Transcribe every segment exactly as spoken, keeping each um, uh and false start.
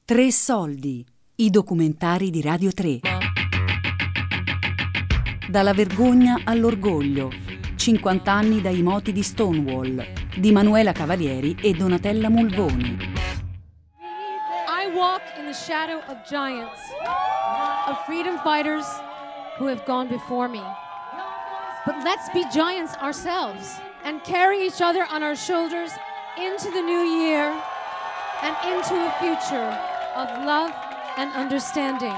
Tre soldi, i documentari di Radio tre. Dalla vergogna all'orgoglio, cinquanta anni dai moti di Stonewall, di Manuela Cavalieri e Donatella Mulvoni. I walk in the shadow of giants, of freedom fighters who have gone before me. But let's be giants ourselves and carry each other on our shoulders into the new year and into a future of love and understanding.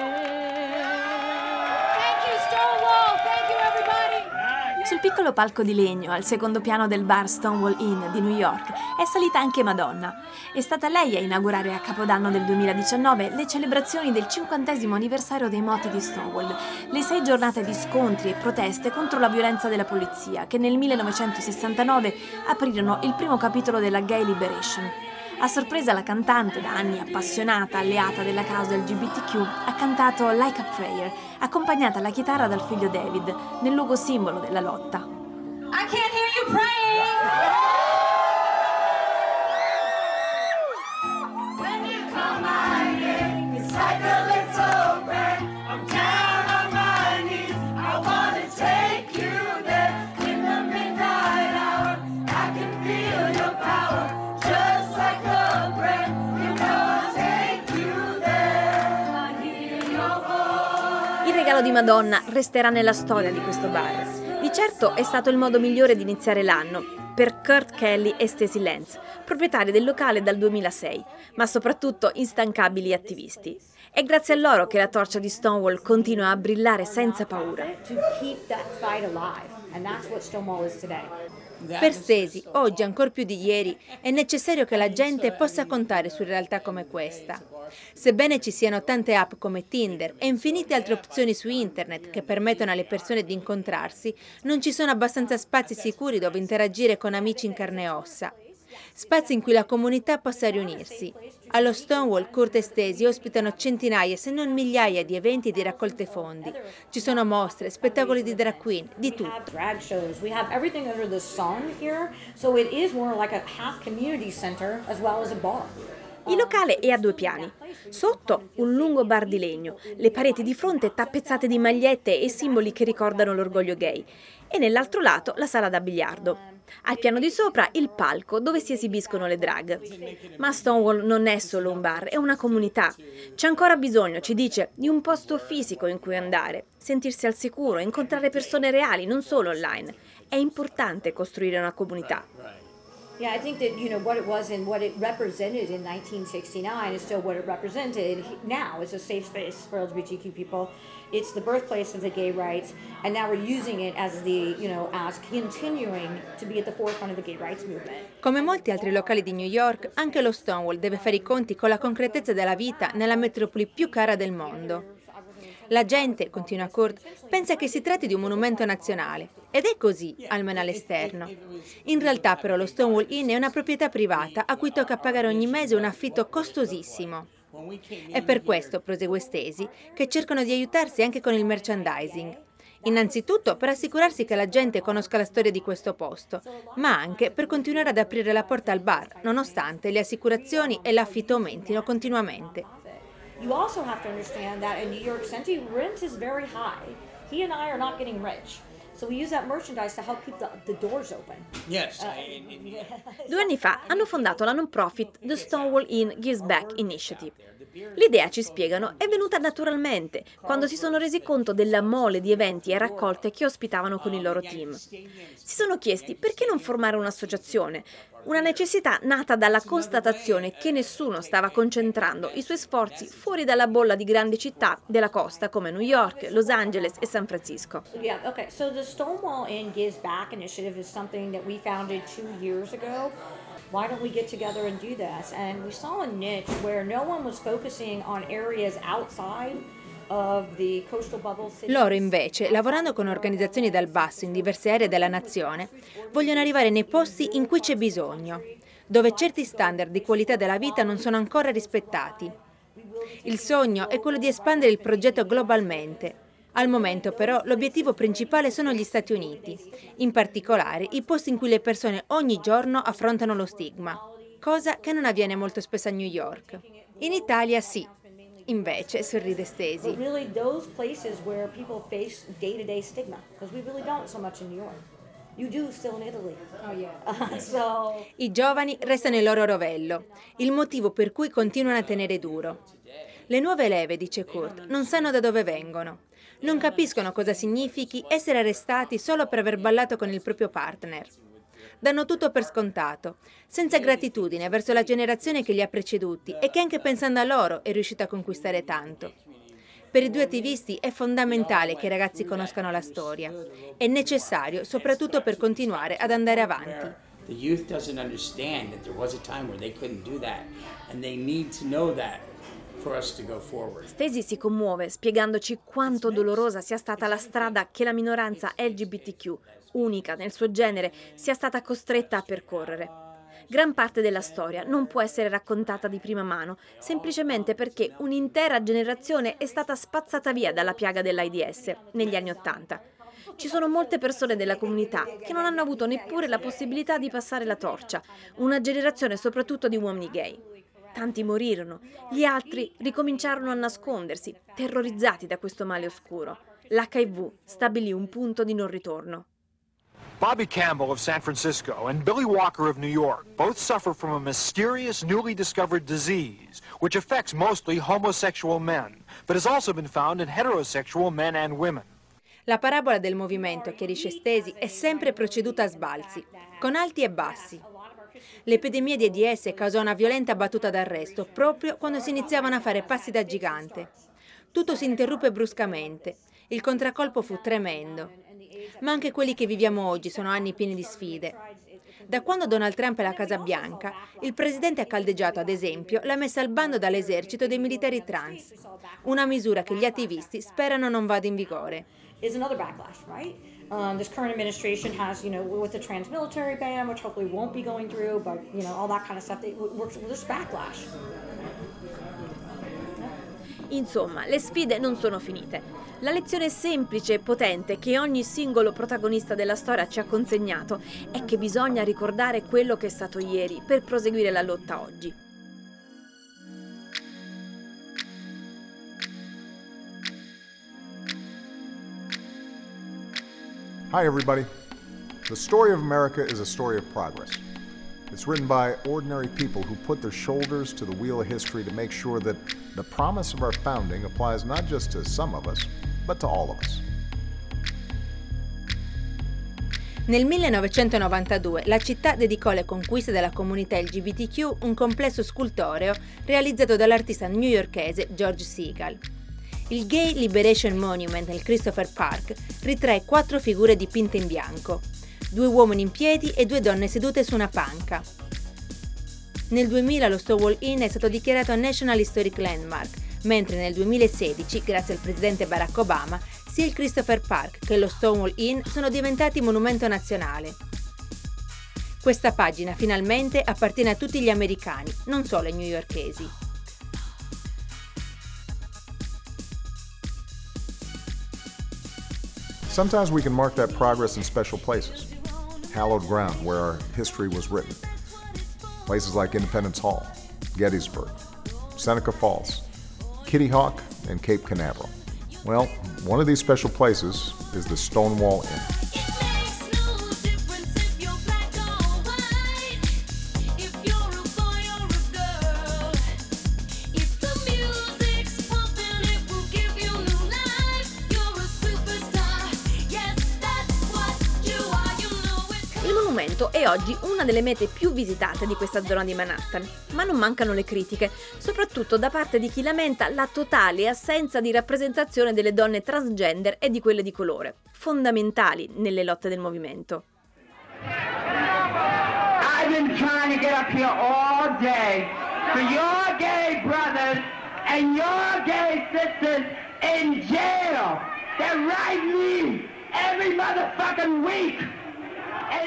Thank you, Stonewall. Thank you, everybody. Sul piccolo palco di legno, al secondo piano del bar Stonewall Inn di New York, è salita anche Madonna. È stata lei a inaugurare a Capodanno del duemiladiciannove le celebrazioni del cinquantesimo anniversario dei moti di Stonewall, le sei giornate di scontri e proteste contro la violenza della polizia, che nel millenovecentosessantanove aprirono il primo capitolo della Gay Liberation. A sorpresa la cantante, da anni appassionata, alleata della causa L G B T Q, ha cantato Like a Prayer, accompagnata alla chitarra dal figlio David, nel luogo simbolo della lotta. I can't hear you praying. When you come my way, it's like a little prayer. I'm down on my knees. I wanna take you there in the midnight hour. I can feel your power. Just like a prayer, you know I'll take you there. I hear your voice. Il regalo di Madonna resterà nella storia di questo bar. Di certo è stato il modo migliore di iniziare l'anno per Kurt Kelly e Stacey Lenz, proprietari del locale dal duemilasei, ma soprattutto instancabili attivisti. È grazie a loro che la torcia di Stonewall continua a brillare senza paura. Per Stacey, oggi ancor più di ieri, è necessario che la gente possa contare su realtà come questa. Sebbene ci siano tante app come Tinder e infinite altre opzioni su internet che permettono alle persone di incontrarsi, non ci sono abbastanza spazi sicuri dove interagire con amici in carne e ossa. Spazi in cui la comunità possa riunirsi. Allo Stonewall, Kurt e Stacey ospitano centinaia se non migliaia di eventi di raccolte fondi. Ci sono mostre, spettacoli di drag queen, di tutto. Drag shows. We have everything under the sun here, so it is more like a half community center as well as a bar. Il locale è a due piani. Sotto un lungo bar di legno, le pareti di fronte tappezzate di magliette e simboli che ricordano l'orgoglio gay, e nell'altro lato la sala da biliardo. Al piano di sopra il palco dove si esibiscono le drag. Ma Stonewall non è solo un bar, è una comunità. C'è ancora bisogno, ci dice, di un posto fisico in cui andare, sentirsi al sicuro, incontrare persone reali, non solo online. È importante costruire una comunità. Yeah, I think that, you know, what it was and what it represented in nineteen sixty-nine is still what it represented now. It's a safe space for L G B T Q people. It's the birthplace of the gay rights, and now we're using it as the, you know, as continuing to be at the forefront of the gay rights movement. Come molti altri locali di New York, anche lo Stonewall deve fare i conti con la concretezza della vita nella metropoli più cara del mondo. La gente, continua Kurt, pensa che si tratti di un monumento nazionale, ed è così, almeno all'esterno. In realtà però lo Stonewall Inn è una proprietà privata a cui tocca pagare ogni mese un affitto costosissimo. È per questo, prosegue Stacey, che cercano di aiutarsi anche con il merchandising. Innanzitutto per assicurarsi che la gente conosca la storia di questo posto, ma anche per continuare ad aprire la porta al bar, nonostante le assicurazioni e l'affitto aumentino continuamente. You also have to understand that in New York City, rent is very high. He and I are not getting rich. So we use that merchandise to help keep the, the doors open. Yes. Due anni fa hanno fondato la non-profit The Stonewall Inn Gives Back Initiative. L'idea, ci spiegano, è venuta naturalmente quando si sono resi conto della mole di eventi e raccolte che ospitavano con il loro team. Si sono chiesti perché non formare un'associazione, una necessità nata dalla constatazione che nessuno stava concentrando i suoi sforzi fuori dalla bolla di grandi città della costa come New York, Los Angeles e San Francisco. Yeah, okay. So the Stonewall Inn Gives Back initiative is something that we founded two years ago. Why don't we get together and do this? And we saw a niche where no one was focusing on areas outside of the coastal bubble cities. Loro invece, lavorando con organizzazioni dal basso in diverse aree della nazione, vogliono arrivare nei posti in cui c'è bisogno, dove certi standard di qualità della vita non sono ancora rispettati. Il sogno è quello di espandere il progetto globalmente. Al momento però l'obiettivo principale sono gli Stati Uniti, in particolare i posti in cui le persone ogni giorno affrontano lo stigma, cosa che non avviene molto spesso a New York. In Italia sì. Invece, sorride Stacey. But really, those places where people face day-to-day stigma, because we really don't so much in New York. You do still in Italy. Oh yeah. Uh, so. I giovani restano il loro rovello, il motivo per cui continuano a tenere duro. Le nuove leve, dice Kurt, non sanno da dove vengono. Non capiscono cosa significhi essere arrestati solo per aver ballato con il proprio partner. Danno tutto per scontato, senza gratitudine verso la generazione che li ha preceduti e che anche pensando a loro è riuscita a conquistare tanto. Per i due attivisti è fondamentale che i ragazzi conoscano la storia. È necessario soprattutto per continuare ad andare avanti. The youth doesn't understand that there was a time where they couldn't do that, and they need to know that for us to go forward. Stacey si commuove spiegandoci quanto dolorosa sia stata la strada che la minoranza L G B T Q, unica nel suo genere, sia stata costretta a percorrere. Gran parte della storia non può essere raccontata di prima mano, semplicemente perché un'intera generazione è stata spazzata via dalla piaga dell'AIDS negli anni Ottanta. Ci sono molte persone della comunità che non hanno avuto neppure la possibilità di passare la torcia, una generazione soprattutto di uomini gay. Tanti morirono, gli altri ricominciarono a nascondersi, terrorizzati da questo male oscuro. L'H I V stabilì un punto di non ritorno. Bobby Campbell of San Francisco and Billy Walker of New York both suffer from a mysterious, newly discovered disease, which affects mostly homosexual men, but has also been found in heterosexual men and women. La parabola del movimento, chiarisce Stacey, è sempre proceduta a sbalzi, con alti e bassi. L'epidemia di AIDS causò una violenta battuta d'arresto proprio quando si iniziavano a fare passi da gigante. Tutto si interruppe bruscamente. Il contraccolpo fu tremendo. Ma anche quelli che viviamo oggi sono anni pieni di sfide. Da quando Donald Trump è alla Casa Bianca, il presidente ha caldeggiato, ad esempio, la messa al bando dall'esercito dei militari trans, una misura che gli attivisti sperano non vada in vigore. Is another backlash, right? Um, this current administration has, you know, with the trans military ban, which hopefully won't be going through, but, you know, all that kind of stuff, it works with this backlash. Insomma, le sfide non sono finite. La lezione semplice e potente che ogni singolo protagonista della storia ci ha consegnato è che bisogna ricordare quello che è stato ieri per proseguire la lotta oggi. Hi everybody. The story of America is a story of progress. It's written by ordinary people who put their shoulders to the wheel of history to make sure that the promise of our founding applies not just to some of us, but to all of us. Nel millenovecentonovantadue la città dedicò alle conquiste della comunità L G B T Q un complesso scultoreo realizzato dall'artista newyorkese George Segal. Il Gay Liberation Monument nel Christopher Park ritrae quattro figure dipinte in bianco, due uomini in piedi e due donne sedute su una panca. Nel duemila lo Stonewall Inn è stato dichiarato National Historic Landmark, mentre nel duemilasedici, grazie al presidente Barack Obama, sia il Christopher Park che lo Stonewall Inn sono diventati monumento nazionale. Questa pagina finalmente appartiene a tutti gli americani, non solo ai newyorkesi. Sometimes we can mark that progress in special places, hallowed ground where our history was written. Places like Independence Hall, Gettysburg, Seneca Falls, Kitty Hawk, and Cape Canaveral. Well, one of these special places is the Stonewall Inn. È oggi una delle mete più visitate di questa zona di Manhattan, ma non mancano le critiche, soprattutto da parte di chi lamenta la totale assenza di rappresentazione delle donne transgender e di quelle di colore, fondamentali nelle lotte del movimento. I've been trying to get up here all day for your gay brothers and your gay sisters in jail. They write me every motherfucking week. And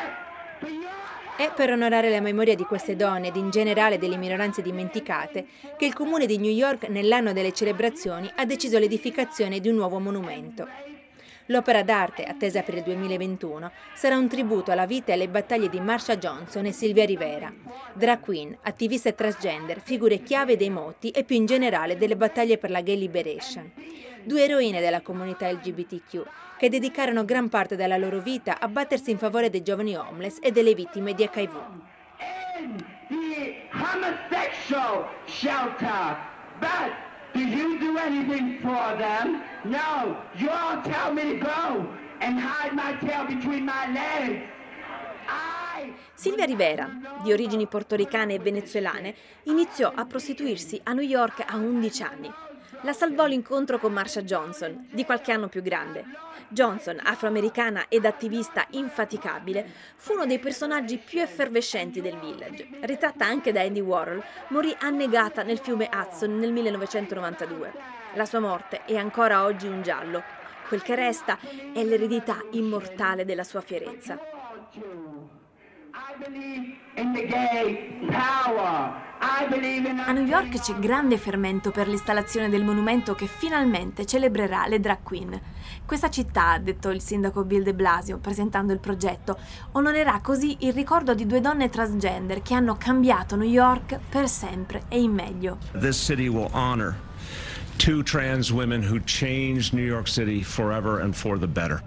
È per onorare la memoria di queste donne ed in generale delle minoranze dimenticate che il comune di New York nell'anno delle celebrazioni ha deciso l'edificazione di un nuovo monumento. L'opera d'arte, attesa per il duemilaventuno, sarà un tributo alla vita e alle battaglie di Marsha Johnson e Sylvia Rivera, drag queen, attiviste transgender, figure chiave dei moti e più in generale delle battaglie per la gay liberation. Due eroine della comunità L G B T Q che dedicarono gran parte della loro vita a battersi in favore dei giovani homeless e delle vittime di H I V. The homosexual shelter, but do you do anything for them? No, you all tell me to go and hide my tail between my legs. I... Sylvia Rivera, di origini portoricane e venezuelane, iniziò a prostituirsi a New York a undici anni. La salvò l'incontro con Marsha Johnson, di qualche anno più grande. Johnson, afroamericana ed attivista infaticabile, fu uno dei personaggi più effervescenti del Village. Ritratta anche da Andy Warhol, morì annegata nel fiume Hudson nel millenovecentonovantadue. La sua morte è ancora oggi un giallo. Quel che resta è l'eredità immortale della sua fierezza. A New York c'è grande fermento per l'installazione del monumento che finalmente celebrerà le drag queen. Questa città, ha detto il sindaco Bill de Blasio presentando il progetto, onorerà così il ricordo di due donne transgender che hanno cambiato New York per sempre e in meglio. This city will honor two trans women who changed New York City forever and for the better.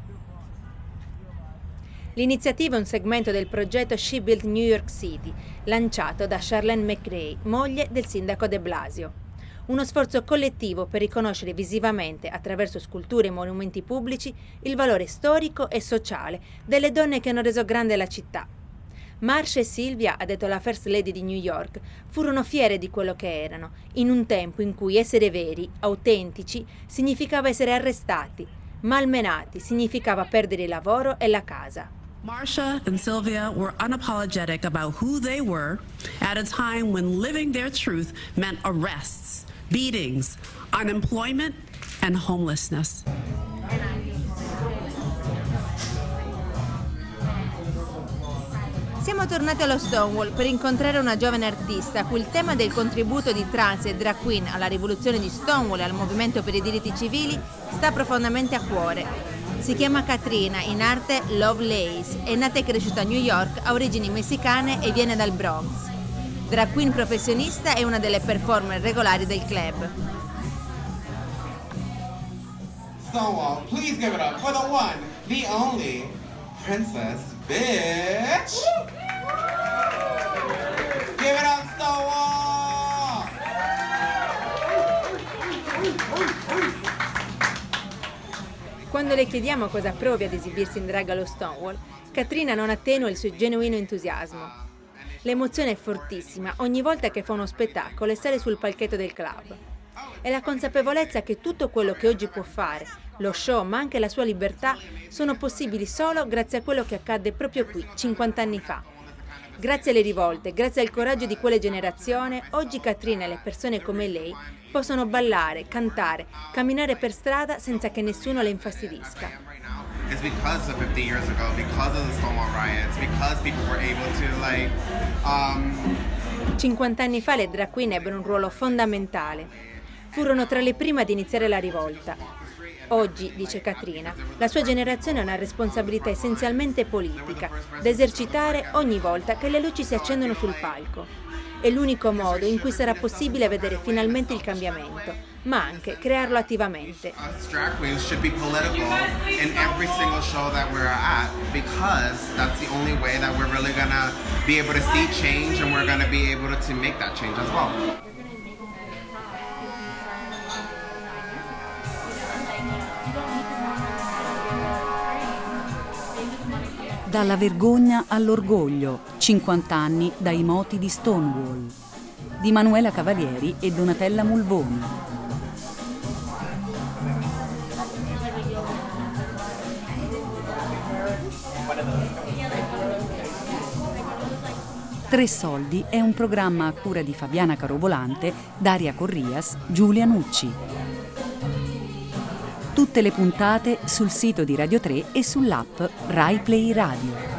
L'iniziativa è un segmento del progetto She Built New York City, lanciato da Charlene McRae, moglie del sindaco de Blasio. Uno sforzo collettivo per riconoscere visivamente, attraverso sculture e monumenti pubblici, il valore storico e sociale delle donne che hanno reso grande la città. Marsha e Sylvia, ha detto la First Lady di New York, furono fiere di quello che erano, in un tempo in cui essere veri, autentici, significava essere arrestati, malmenati significava perdere il lavoro e la casa. Marsha and Sylvia were unapologetic about who they were at a time when living their truth meant arrests, beatings, unemployment, and homelessness. Siamo tornati allo Stonewall per incontrare una giovane artista a cui il tema del contributo di trans e drag queen alla rivoluzione di Stonewall e al movimento per i diritti civili sta profondamente a cuore. Si chiama Katrina, in arte Lovelace, è nata e cresciuta a New York, ha origini messicane e viene dal Bronx. Drag queen professionista e una delle performer regolari del club. Stonewall, please give it up for the one, the only Princess Bitch. Give it up, Stonewall! Quando le chiediamo cosa provi ad esibirsi in drag allo Stonewall, Katrina non attenua il suo genuino entusiasmo. L'emozione è fortissima ogni volta che fa uno spettacolo e sale sul palchetto del club. È la consapevolezza che tutto quello che oggi può fare, lo show ma anche la sua libertà, sono possibili solo grazie a quello che accadde proprio qui, cinquanta anni fa. Grazie alle rivolte, grazie al coraggio di quelle generazioni, oggi Katrina e le persone come lei possono ballare, cantare, camminare per strada senza che nessuno le infastidisca. It's because of fifty years ago, because of the Stonewall riots, because people were able to like um cinquanta anni fa le drag queen ebbero un ruolo fondamentale. Furono tra le prime ad iniziare la rivolta. Oggi, dice Katrina, la sua generazione ha una responsabilità essenzialmente politica, da esercitare ogni volta che le luci si accendono sul palco. È l'unico modo in cui sarà possibile vedere finalmente il cambiamento, ma anche crearlo attivamente. Us drag queens should be political in every single show that we're at, because that's the only way that we're really gonna be able to see change and we're gonna be able to make that change as well. Dalla vergogna all'orgoglio, cinquanta anni dai moti di Stonewall, di Manuela Cavalieri e Donatella Mulvoni. Tre Soldi è un programma a cura di Fabiana Carobolante, Daria Corrias, Giulia Nucci. Tutte le puntate sul sito di Radio tre e sull'app Rai Play Radio.